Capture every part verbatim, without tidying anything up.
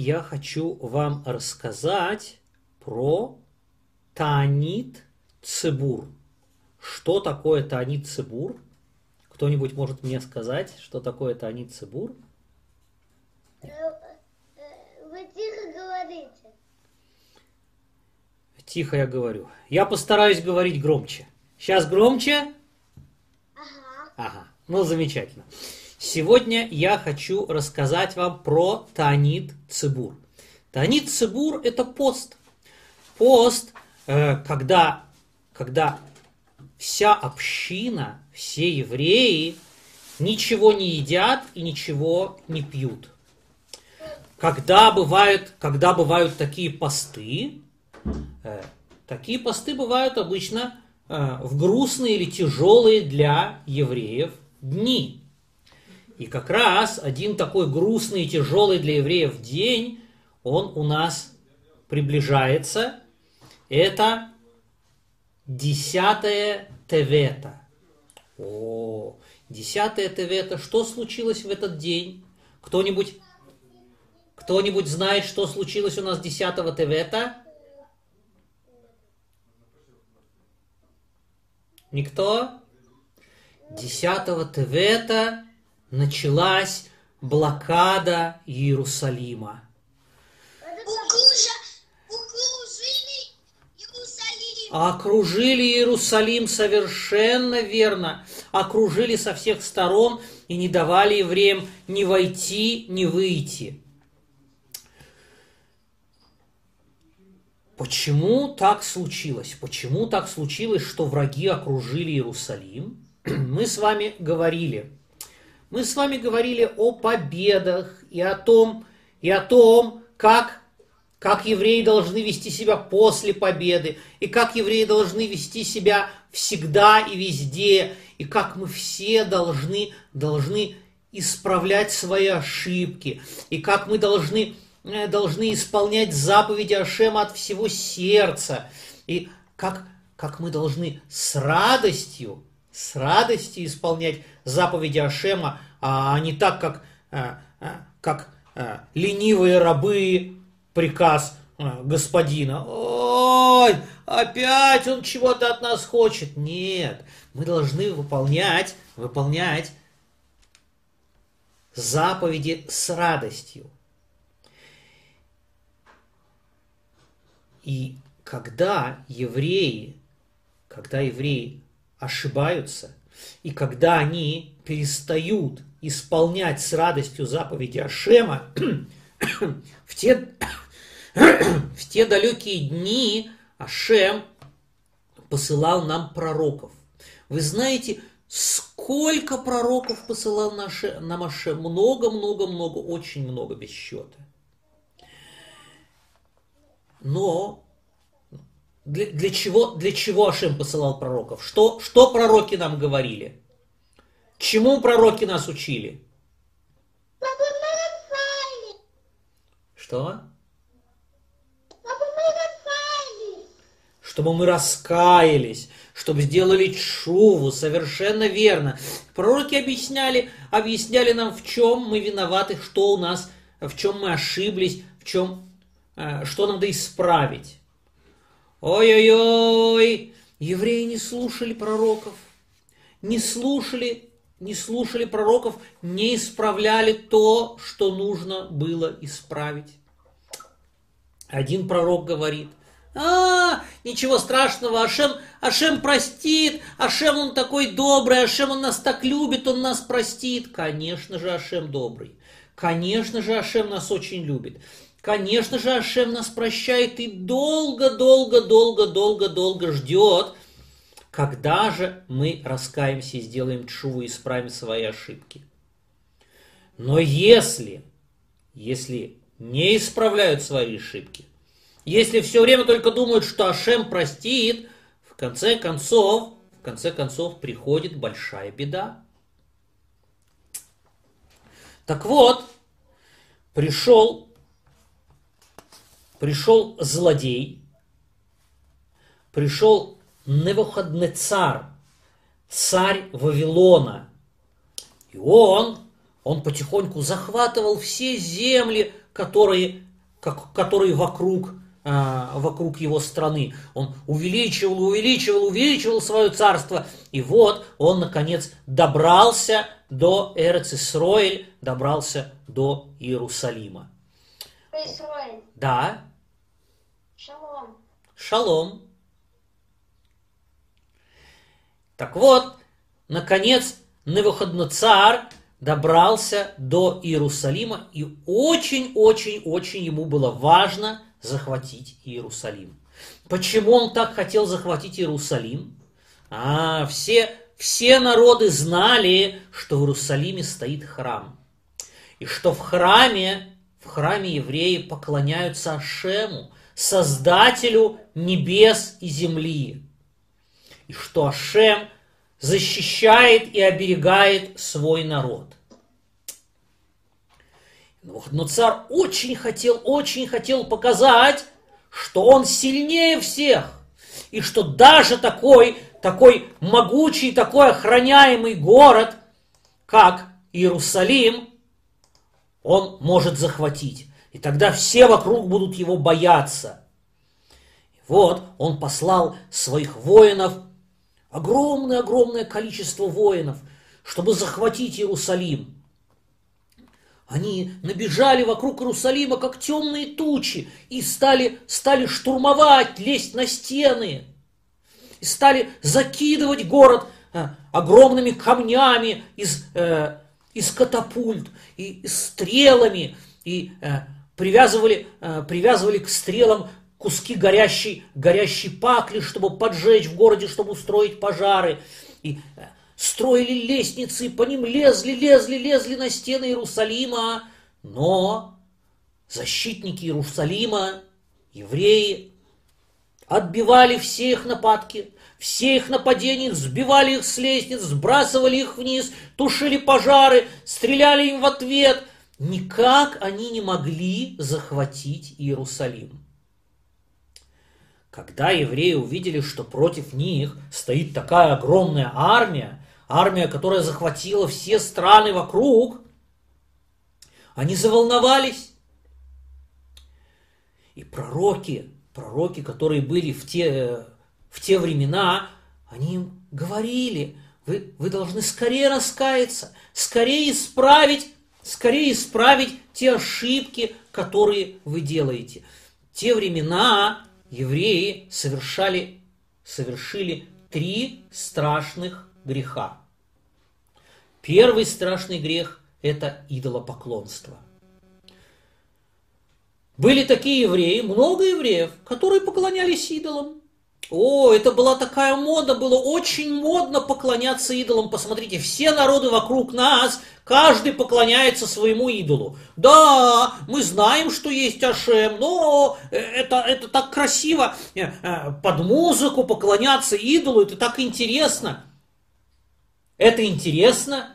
я хочу вам рассказать про Таанит Цибур. Что такое Таанит Цибур? Кто-нибудь может мне сказать, что такое Таанит Цибур? Вы тихо говорите. Тихо я говорю. Я постараюсь говорить громче. Сейчас громче? Ага. Ага, ну замечательно. Сегодня я хочу рассказать вам про Таанит Цибур. Таанит Цибур – это пост. Пост, э, когда, когда вся община, все евреи ничего не едят и ничего не пьют. Когда бывают, когда бывают такие посты, э, такие посты бывают обычно э, в грустные или тяжелые для евреев дни. И как раз один такой грустный и тяжелый для евреев день, он у нас приближается. Это десятое Тевета. О, десятое Тевета. Что случилось в этот день? Кто-нибудь, кто-нибудь знает, что случилось у нас десятого Тевета? Никто? десятого Тевета началась блокада Иерусалима. Окружили Иерусалим. Окружили Иерусалим, совершенно верно. Окружили со всех сторон и не давали евреям ни войти, ни выйти. Почему так случилось? Почему так случилось, что враги окружили Иерусалим? Мы с вами говорили. Мы с вами говорили о победах и о том, и о том, как, как евреи должны вести себя после победы, и как евреи должны вести себя всегда и везде, и как мы все должны, должны исправлять свои ошибки, и как мы должны, должны исполнять заповеди Ашема от всего сердца, и как, как мы должны с радостью, с радостью исполнять заповеди Ашема, а не так, как, как ленивые рабы, приказ господина. Ой, опять он чего-то от нас хочет. Нет, мы должны выполнять, выполнять заповеди с радостью. И когда евреи, когда евреи ошибаются, и когда они перестают исполнять с радостью заповеди Ашема, в те, в те далекие дни Ашем посылал нам пророков. Вы знаете, сколько пророков посылал нам Ашем? Много-много-много, очень много, без счета. Но Для, для, чего, для чего Ашем посылал пророков? Что, что пророки нам говорили? Чему пророки нас учили? Папа, мы распали. Что? Папа, мы распали. Чтобы мы раскаялись, чтобы сделали тшуву, совершенно верно. Пророки объясняли, объясняли нам, в чем мы виноваты, что у нас, в чем мы ошиблись, в чем, что надо исправить. Ой-ой-ой, евреи не слушали пророков, не слушали, не слушали пророков, не исправляли то, что нужно было исправить. Один пророк говорит: а, ничего страшного, Ашем, Ашем простит, Ашем он такой добрый, Ашем он нас так любит, он нас простит. Конечно же, Ашем добрый, конечно же, Ашем нас очень любит. Конечно же, Ашем нас прощает и долго-долго-долго-долго-долго ждет, когда же мы раскаемся и сделаем тшуву и исправим свои ошибки. Но если, если не исправляют свои ошибки, если все время только думают, что Ашем простит, в конце концов, в конце концов приходит большая беда. Так вот, пришел Пришел злодей, пришел Невуходнецар, царь Вавилона. И он, он потихоньку захватывал все земли, которые как, который вокруг, э, вокруг его страны. Он увеличивал, увеличивал, увеличивал свое царство. И вот он, наконец, добрался до Эрец-Исроэль, добрался до Иерусалима. Исроэль. Да. Шалом. Шалом. Так вот, наконец, Навуходоносор добрался до Иерусалима, и очень-очень-очень ему было важно захватить Иерусалим. Почему он так хотел захватить Иерусалим? А, все, все народы знали, что в Иерусалиме стоит храм. И что в храме, в храме евреи поклоняются Ашему, Создателю небес и земли. И что Ашем защищает и оберегает свой народ. Но царь очень хотел, очень хотел показать, что он сильнее всех. И что даже такой, такой могучий, такой охраняемый город, как Иерусалим, он может захватить. И тогда все вокруг будут его бояться. И вот он послал своих воинов, огромное-огромное количество воинов, чтобы захватить Иерусалим. Они набежали вокруг Иерусалима, как темные тучи, и стали, стали штурмовать, лезть на стены. И стали закидывать город э, огромными камнями из, э, из катапульт, и, и стрелами, и э, привязывали, э, привязывали к стрелам куски горящей, горящей пакли, чтобы поджечь в городе, чтобы устроить пожары. И э, строили лестницы, и по ним лезли, лезли, лезли на стены Иерусалима. Но защитники Иерусалима, евреи, отбивали все их нападки, все их нападения, сбивали их с лестниц, сбрасывали их вниз, тушили пожары, стреляли им в ответ. Никак они не могли захватить Иерусалим. Когда евреи увидели, что против них стоит такая огромная армия, армия, которая захватила все страны вокруг, они заволновались. И пророки, пророки, которые были в те, в те времена, они им говорили: вы, вы должны скорее раскаяться, скорее исправить, скорее исправить те ошибки, которые вы делаете. В те времена евреи совершали, совершили три страшных греха. Первый страшный грех – это идолопоклонство. Были такие евреи, много евреев, которые поклонялись идолам. О, это была такая мода, было очень модно поклоняться идолам. Посмотрите, все народы вокруг нас, каждый поклоняется своему идолу. Да, мы знаем, что есть Ашем, но это, это так красиво, под музыку поклоняться идолу, это так интересно. Это интересно?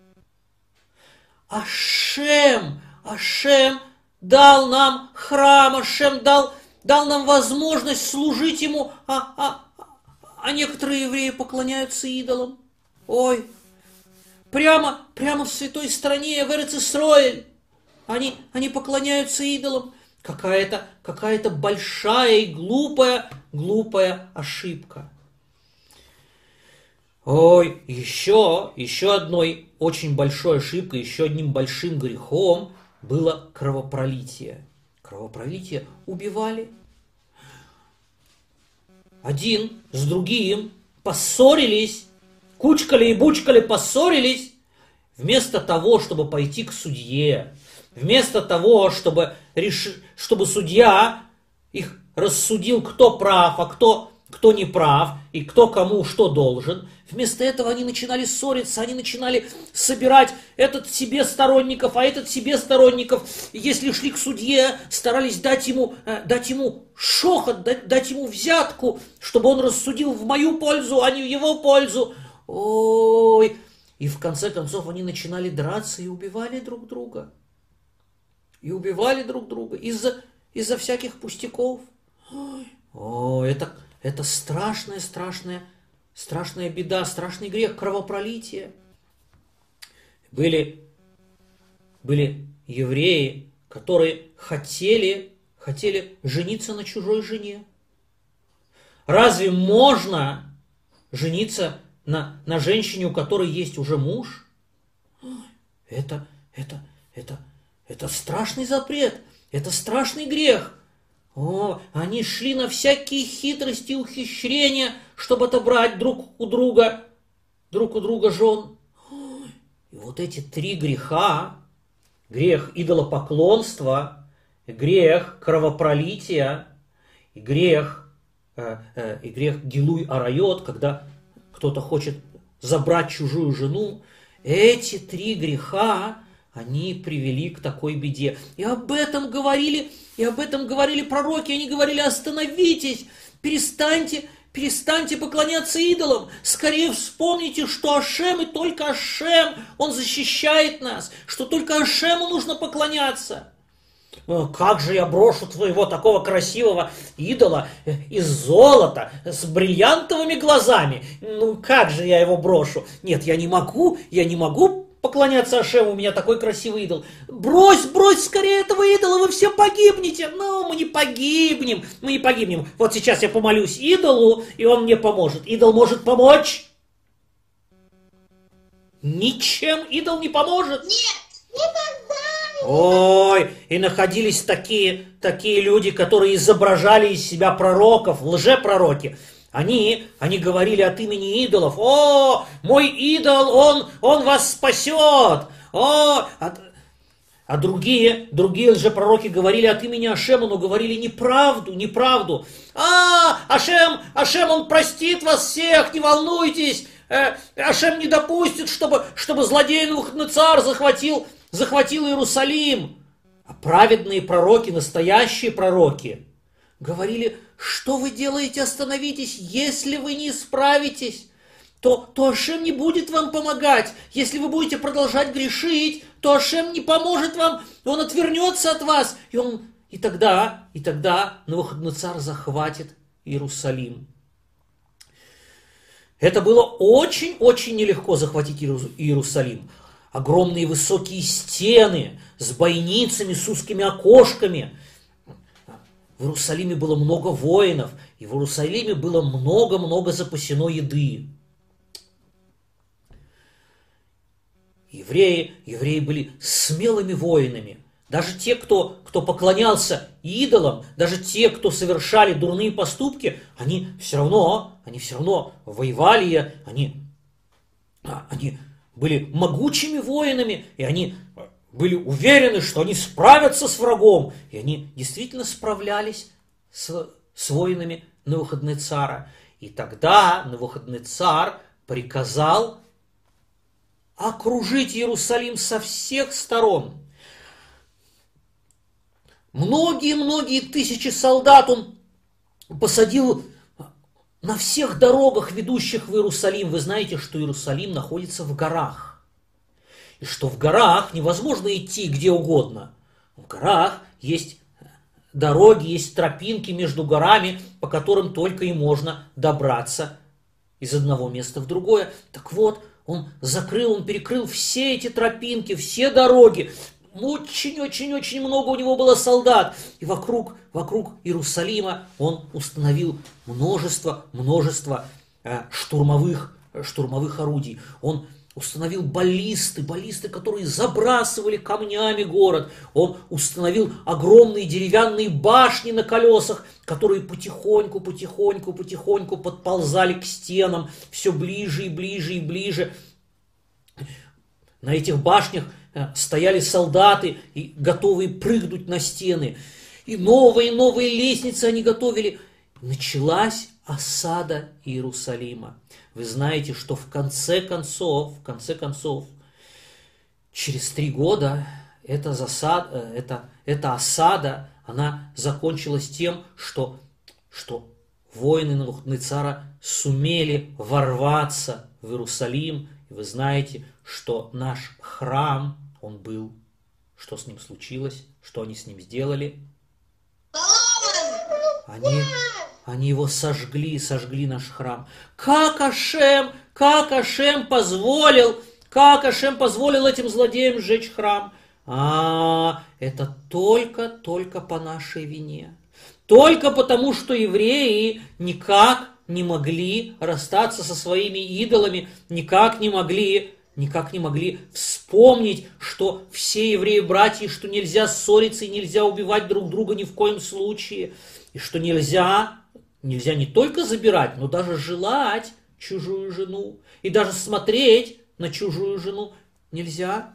Ашем, Ашем дал нам храм, Ашем дал... дал нам возможность служить ему, а, а, а некоторые евреи поклоняются идолам. Ой, прямо, прямо в святой стране, в Эрец-Исроэль, они, они поклоняются идолам. Какая-то, какая-то большая и глупая, глупая ошибка. Ой, еще, еще одной очень большой ошибкой, еще одним большим грехом было кровопролитие. Кровопролитие убивали. Один с другим поссорились, кучкали и бучкали поссорились, вместо того, чтобы пойти к судье, вместо того, чтобы, реш... чтобы судья их рассудил, кто прав, а кто, кто не прав, и кто кому что должен. Вместо этого они начинали ссориться, они начинали собирать этот себе сторонников, а этот себе сторонников. И если шли к судье, старались дать ему, э, дать ему шохот, дать, дать ему взятку, чтобы он рассудил в мою пользу, а не в его пользу. Ой! И в конце концов они начинали драться и убивали друг друга. И убивали друг друга из-за, из-за всяких пустяков. Ой, о, это, это страшная, страшная, страшная беда, страшный грех, кровопролитие. Были, были евреи, которые хотели, хотели жениться на чужой жене. Разве можно жениться на, на женщине, у которой есть уже муж? Это, это, это, это страшный запрет, это страшный грех. О, они шли на всякие хитрости и ухищрения, чтобы отобрать друг у друга, друг у друга жен. И вот эти три греха, грех идолопоклонства, грех кровопролития и грех, э, э, и грех гилуй арайот, когда кто-то хочет забрать чужую жену, эти три греха, они привели к такой беде. И об этом говорили, и об этом говорили пророки, они говорили: остановитесь, перестаньте, перестаньте поклоняться идолам, скорее вспомните, что Ашем и только Ашем, Он защищает нас, что только Ашему нужно поклоняться. Как же я брошу твоего такого красивого идола из золота, с бриллиантовыми глазами? Ну как же я его брошу? Нет, я не могу, я не могу поклоняться Ашему, у меня такой красивый идол. Брось, брось скорее этого идола, вы все погибнете. Ну, мы не погибнем, мы не погибнем. Вот сейчас я помолюсь идолу, и он мне поможет. Идол может помочь? Ничем идол не поможет. Нет, никогда. Ой, и находились такие, такие люди, которые изображали из себя пророков, лжепророки. Они, они говорили от имени идолов: о, мой идол, он, он вас спасет. О, а, а другие, другие лжепророки говорили от имени Ашема, но говорили неправду, неправду. А, Ашем, Ашем, он простит вас всех, не волнуйтесь. Э, Ашем не допустит, чтобы, чтобы злодей Навуходоносор захватил, захватил Иерусалим. А праведные пророки, настоящие пророки, говорили: что вы делаете, остановитесь, если вы не справитесь, то, то Ашем не будет вам помогать. Если вы будете продолжать грешить, то Ашем не поможет вам, он отвернется от вас. И, он, и тогда, и тогда Навуходоносор захватит Иерусалим. Это было очень-очень нелегко захватить Иерусалим. Огромные высокие стены с бойницами, с узкими окошками. В Иерусалиме было много воинов, и в Иерусалиме было много-много запасено еды. Евреи, евреи были смелыми воинами. Даже те, кто, кто поклонялся идолам, даже те, кто совершали дурные поступки, они все равно, они все равно воевали, они, они были могучими воинами, и они были уверены, что они справятся с врагом. И они действительно справлялись с, с воинами Навуходоносора. И тогда Навуходоносор приказал окружить Иерусалим со всех сторон. Многие-многие тысячи солдат он посадил на всех дорогах, ведущих в Иерусалим. Вы знаете, что Иерусалим находится в горах. И что в горах невозможно идти где угодно. В горах есть дороги, есть тропинки между горами, по которым только и можно добраться из одного места в другое. Так вот, он закрыл, он перекрыл все эти тропинки, все дороги. Очень-очень-очень много у него было солдат. И вокруг, вокруг Иерусалима он установил множество, множество э, штурмовых, штурмовых орудий. Он установил баллисты, баллисты, которые забрасывали камнями город. Он установил огромные деревянные башни на колесах, которые потихоньку, потихоньку, потихоньку подползали к стенам, все ближе и ближе и ближе. На этих башнях стояли солдаты, и готовые прыгнуть на стены. И новые и новые лестницы они готовили. Началась осада Иерусалима. Вы знаете, что в конце концов, в конце концов, через три года эта, засада, эта, эта осада, она закончилась тем, что, что воины Навуходоносора сумели ворваться в Иерусалим. И вы знаете, что наш храм, он был, что с ним случилось, что они с ним сделали? Они, они его сожгли, сожгли наш храм. Как Ашем, как Ашем позволил, как Ашем позволил этим злодеям сжечь храм? А, это только-только по нашей вине. Только потому, что евреи никак не могли расстаться со своими идолами, никак не могли, никак не могли вспомнить, что все евреи братья, что нельзя ссориться и нельзя убивать друг друга ни в коем случае, и что нельзя, нельзя не только забирать, но даже желать чужую жену, и даже смотреть на чужую жену нельзя.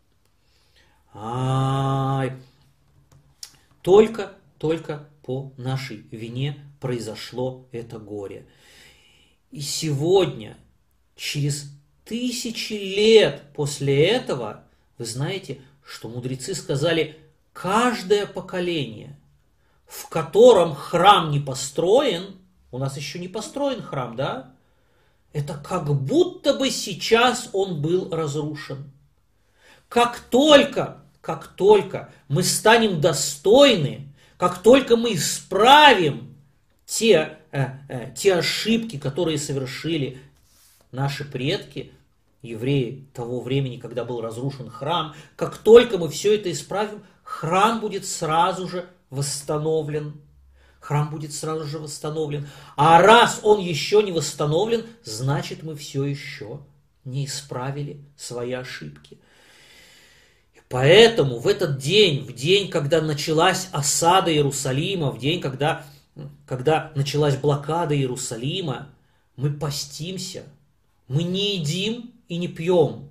Ай, только, только по нашей вине произошло это горе. И сегодня, через тысячи лет после этого, вы знаете, что мудрецы сказали, каждое поколение, в котором храм не построен, у нас еще не построен храм, да? Это как будто бы сейчас он был разрушен. Как только, как только мы станем достойны, как только мы исправим те, э, э, те ошибки, которые совершили наши предки, евреи того времени, когда был разрушен храм, как только мы все это исправим, храм будет сразу же восстановлен. Храм будет сразу же восстановлен. А раз он еще не восстановлен, значит мы все еще не исправили свои ошибки. И поэтому в этот день, в день, когда началась осада Иерусалима, в день, когда, когда началась блокада Иерусалима, мы постимся, мы не едим и не пьем.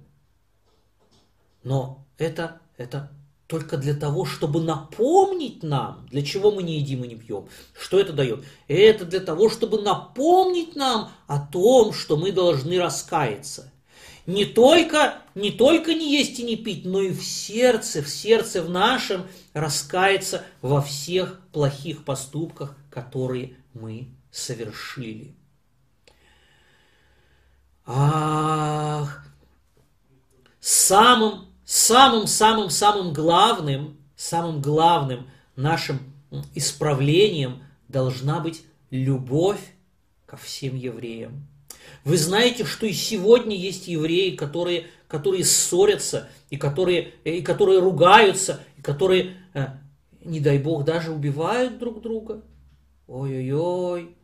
Но это, это только для того, чтобы напомнить нам, для чего мы не едим и не пьем. Что это дает? Это для того, чтобы напомнить нам о том, что мы должны раскаяться. Не только, не только не есть и не пить, но и в сердце, в сердце в нашем раскаяться во всех плохих поступках, которые мы совершили. Ах, самым, самым, самым, самым главным, самым главным нашим исправлением должна быть любовь ко всем евреям. Вы знаете, что и сегодня есть евреи, которые, которые ссорятся, и которые, и которые ругаются, и которые, не дай бог, даже убивают друг друга. Ой-ой-ой.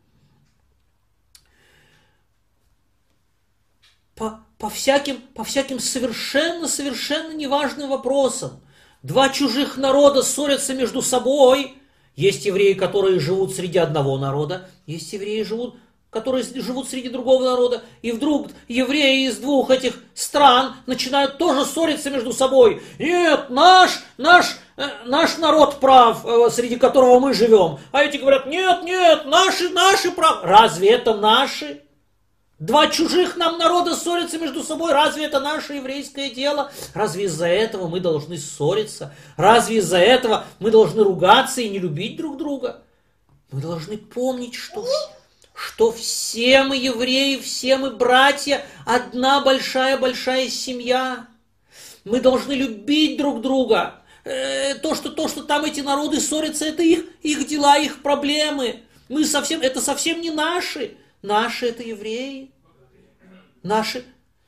По, по, всяким, по всяким совершенно-совершенно неважным вопросам. Два чужих народа ссорятся между собой. Есть евреи, которые живут среди одного народа, есть евреи, живут, которые живут среди другого народа. И вдруг евреи из двух этих стран начинают тоже ссориться между собой. Нет, наш, наш, э, наш народ прав, э, среди которого мы живем. А эти говорят, нет, нет, наши, наши прав. Разве это наши? Два чужих нам народа ссорятся между собой. Разве это наше еврейское дело? Разве из-за этого мы должны ссориться? Разве из-за этого мы должны ругаться и не любить друг друга? Мы должны помнить, что, что все мы евреи, все мы братья, одна большая-большая семья. Мы должны любить друг друга. То, что, то, что там эти народы ссорятся, это их, их дела, их проблемы. Мы совсем, это совсем не наши. Наши это евреи. Наши.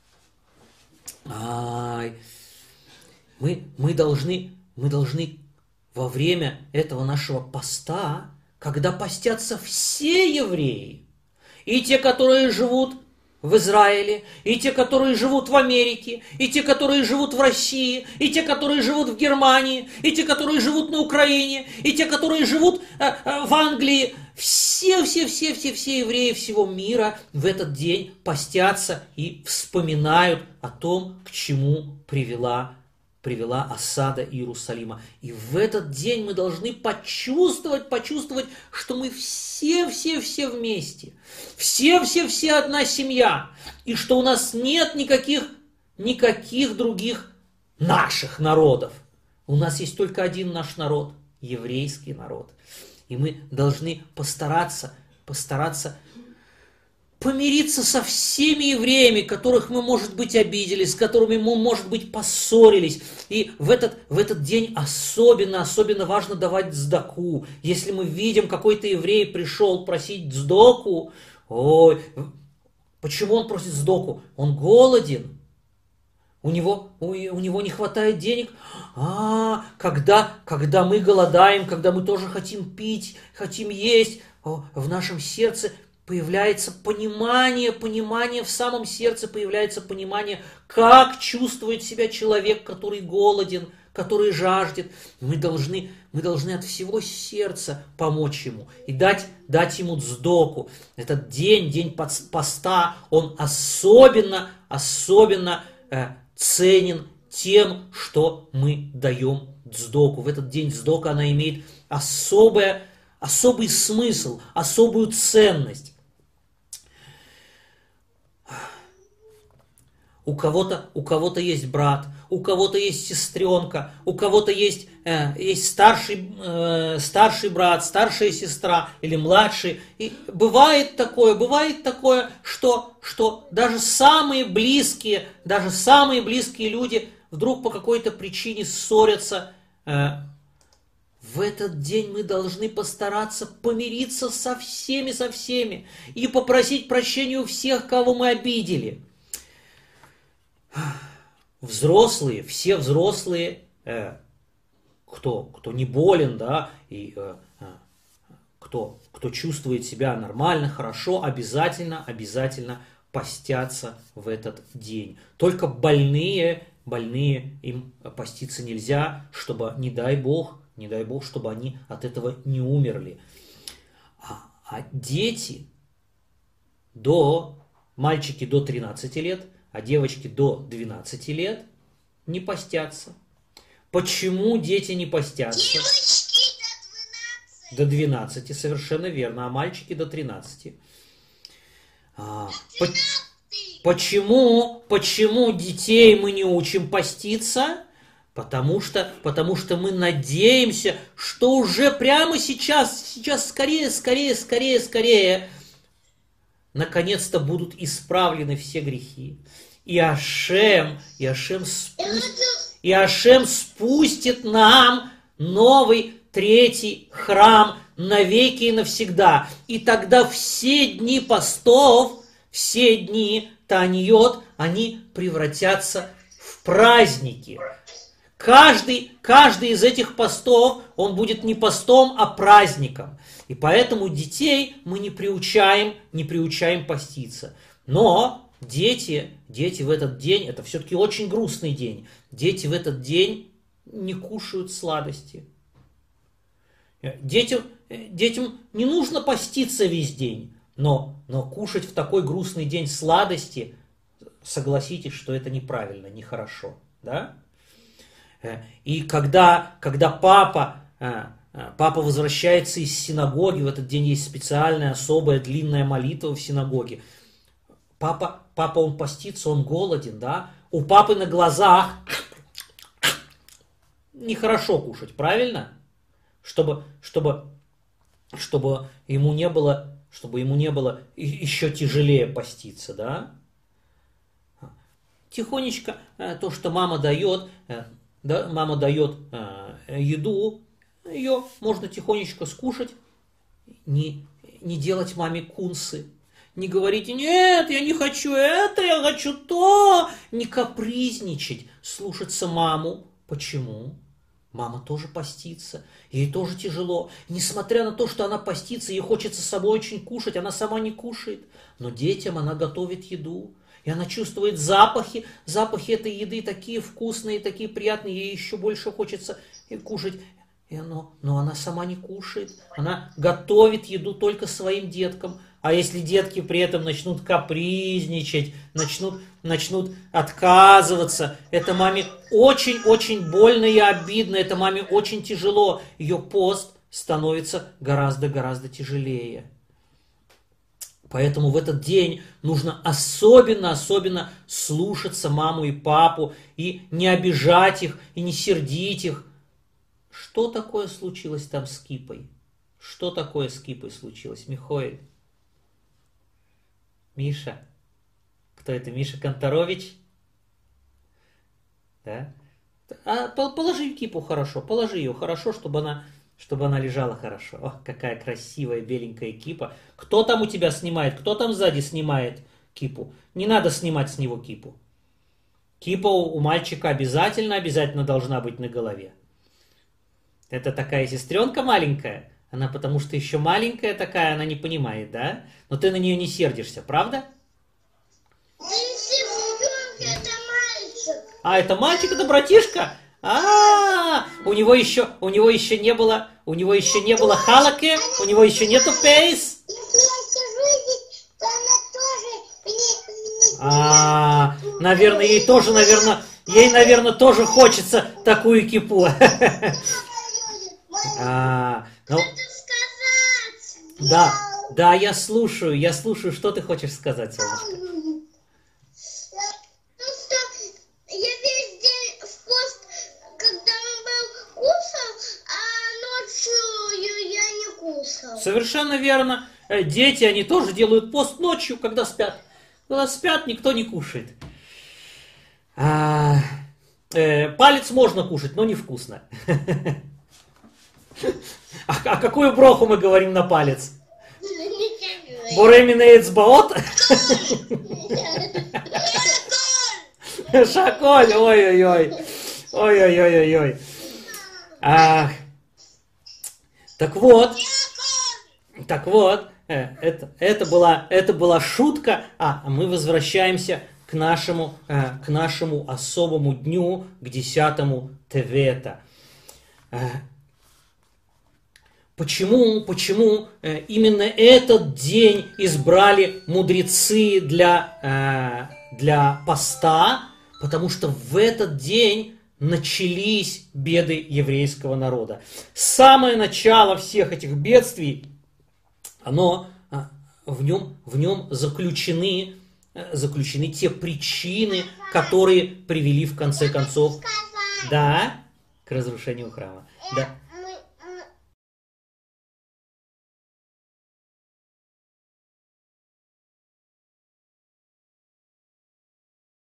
Ай. Мы, мы, должны, мы должны во время этого нашего поста, когда постятся все евреи, и те, которые живут в Израиле, и те, которые живут в Америке, и те, которые живут в России, и те, которые живут в Германии, и те, которые живут на Украине, и те, которые живут э, э, в Англии, все, все, все, все, все евреи всего мира в этот день постятся и вспоминают о том, к чему привела, привела осада Иерусалима. И в этот день мы должны почувствовать, почувствовать, что мы все, все, все вместе. Все, все, все одна семья. И что у нас нет никаких, никаких других наших народов. У нас есть только один наш народ, еврейский народ. И мы должны постараться, постараться помириться со всеми евреями, которых мы, может быть, обидели, с которыми мы, может быть, поссорились. И в этот, в этот день особенно, особенно важно давать цдаку. Если мы видим, какой-то еврей пришел просить цдаку, ой, почему он просит цдаку? Он голоден. У него, у, у него не хватает денег. А, когда, когда мы голодаем, когда мы тоже хотим пить, хотим есть, в нашем сердце появляется понимание, понимание в самом сердце появляется понимание, как чувствует себя человек, который голоден, который жаждет. Мы должны, мы должны от всего сердца помочь ему и дать, дать ему цдоку. Этот день, день поста, он особенно, особенно э, ценен тем, что мы даем цдоку. В этот день цдока, она имеет особое, особый смысл, особую ценность. У кого-то, у кого-то есть брат, у кого-то есть сестренка, у кого-то есть, э, есть старший, э, старший брат, старшая сестра или младший. И бывает такое, бывает такое, что, что даже самые близкие, даже самые близкие люди вдруг по какой-то причине ссорятся. Э, в этот день мы должны постараться помириться со всеми, со всеми и попросить прощения у всех, кого мы обидели. Взрослые, все взрослые, э, кто, кто не болен, да, и э, э, кто, кто чувствует себя нормально, хорошо, обязательно, обязательно постятся в этот день. Только больные, больные, им поститься нельзя, чтобы, не дай Бог, не дай Бог, чтобы они от этого не умерли. А, а дети до, мальчики до тринадцати лет, а девочки до двенадцати лет не постятся. Почему дети не постятся? Девочки до двенадцати. До двенадцати, совершенно верно, а мальчики до тринадцати. А, по, почему, почему детей мы не учим поститься? Потому что, потому что мы надеемся, что уже прямо сейчас, сейчас скорее, скорее, скорее, скорее, наконец-то будут исправлены все грехи. И Ашем, и Ашем, спустит, и Ашем спустит нам новый третий храм навеки и навсегда. И тогда все дни постов, все дни Таньот, они превратятся в праздники. Каждый, каждый из этих постов, он будет не постом, а праздником. И поэтому детей мы не приучаем, не приучаем поститься. Но дети, дети в этот день, это все-таки очень грустный день, дети в этот день не кушают сладости. Детям, детям не нужно поститься весь день, но, но кушать в такой грустный день сладости, согласитесь, что это неправильно, нехорошо. Да? И когда, когда папа... Папа возвращается из синагоги, в этот день есть специальная, особая, длинная молитва в синагоге. Папа, папа, он постится, он голоден, да? У папы на глазах нехорошо кушать, правильно? Чтобы, чтобы, чтобы ему не было, чтобы ему не было еще тяжелее поститься, да? Тихонечко то, что мама дает, да, мама дает еду, ее можно тихонечко скушать, не, не делать маме кунсы, не говорить: нет, я не хочу это, я хочу то, не капризничать, слушаться маму. Почему? Мама тоже постится, ей тоже тяжело. Несмотря на то, что она постится, ей хочется с собой очень кушать, она сама не кушает, но детям она готовит еду. И она чувствует запахи, запахи этой еды такие вкусные, такие приятные, ей еще больше хочется кушать. И оно, но она сама не кушает, она готовит еду только своим деткам. А если детки при этом начнут капризничать, начнут, начнут отказываться, это маме очень-очень больно и обидно, это маме очень тяжело. Ее пост становится гораздо-гораздо тяжелее. Поэтому в этот день нужно особенно-особенно слушаться маму и папу, и не обижать их, и не сердить их. Что такое случилось там с Кипой? Что такое с Кипой случилось, Михоэль? Миша? Кто это, Миша Конторович? Да? А положи Кипу хорошо, положи ее хорошо, чтобы она, чтобы она лежала хорошо. О, какая красивая беленькая кипа. Кто там у тебя снимает? Кто там сзади снимает кипу? Не надо снимать с него кипу. Кипа у мальчика обязательно, обязательно должна быть на голове. Это такая сестренка маленькая. Она потому что еще маленькая такая, она не понимает, да? Но ты на нее не сердишься, правда? Это мальчик. А, это мальчик, это братишка? А, у него еще, у него еще не было, у него еще не было халаки, у него еще нету пейс. Если я сижу здесь, то она тоже мне... А, наверное, ей тоже, наверное, ей, наверное, тоже хочется такую кипу. А, ну, сказать. да, да, я слушаю, я слушаю, что ты хочешь сказать, солнышко? Ну что, я весь день в пост, когда он был, кусал, а ночью я не кусал. Совершенно верно. Э, Дети, они тоже делают пост ночью, когда спят. Когда спят, никто не кушает. А, э, палец можно кушать, но невкусно. А, а какую броху мы говорим на палец? Боремина эцбаот? Шаколь, ой-ой-ой. Ой-ой-ой-ой-ой. Ах. Так вот. Так вот. э, Это, это, была, это была шутка. А, мы возвращаемся к нашему, э, к нашему особому дню, к десятому Тевета. Э, Почему, почему э, именно этот день избрали мудрецы для, э, для поста? Потому что в этот день начались беды еврейского народа. Самое начало всех этих бедствий, оно, э, в нем, в нем заключены, э, заключены те причины, которые привели в конце концов, да, к разрушению храма. Да.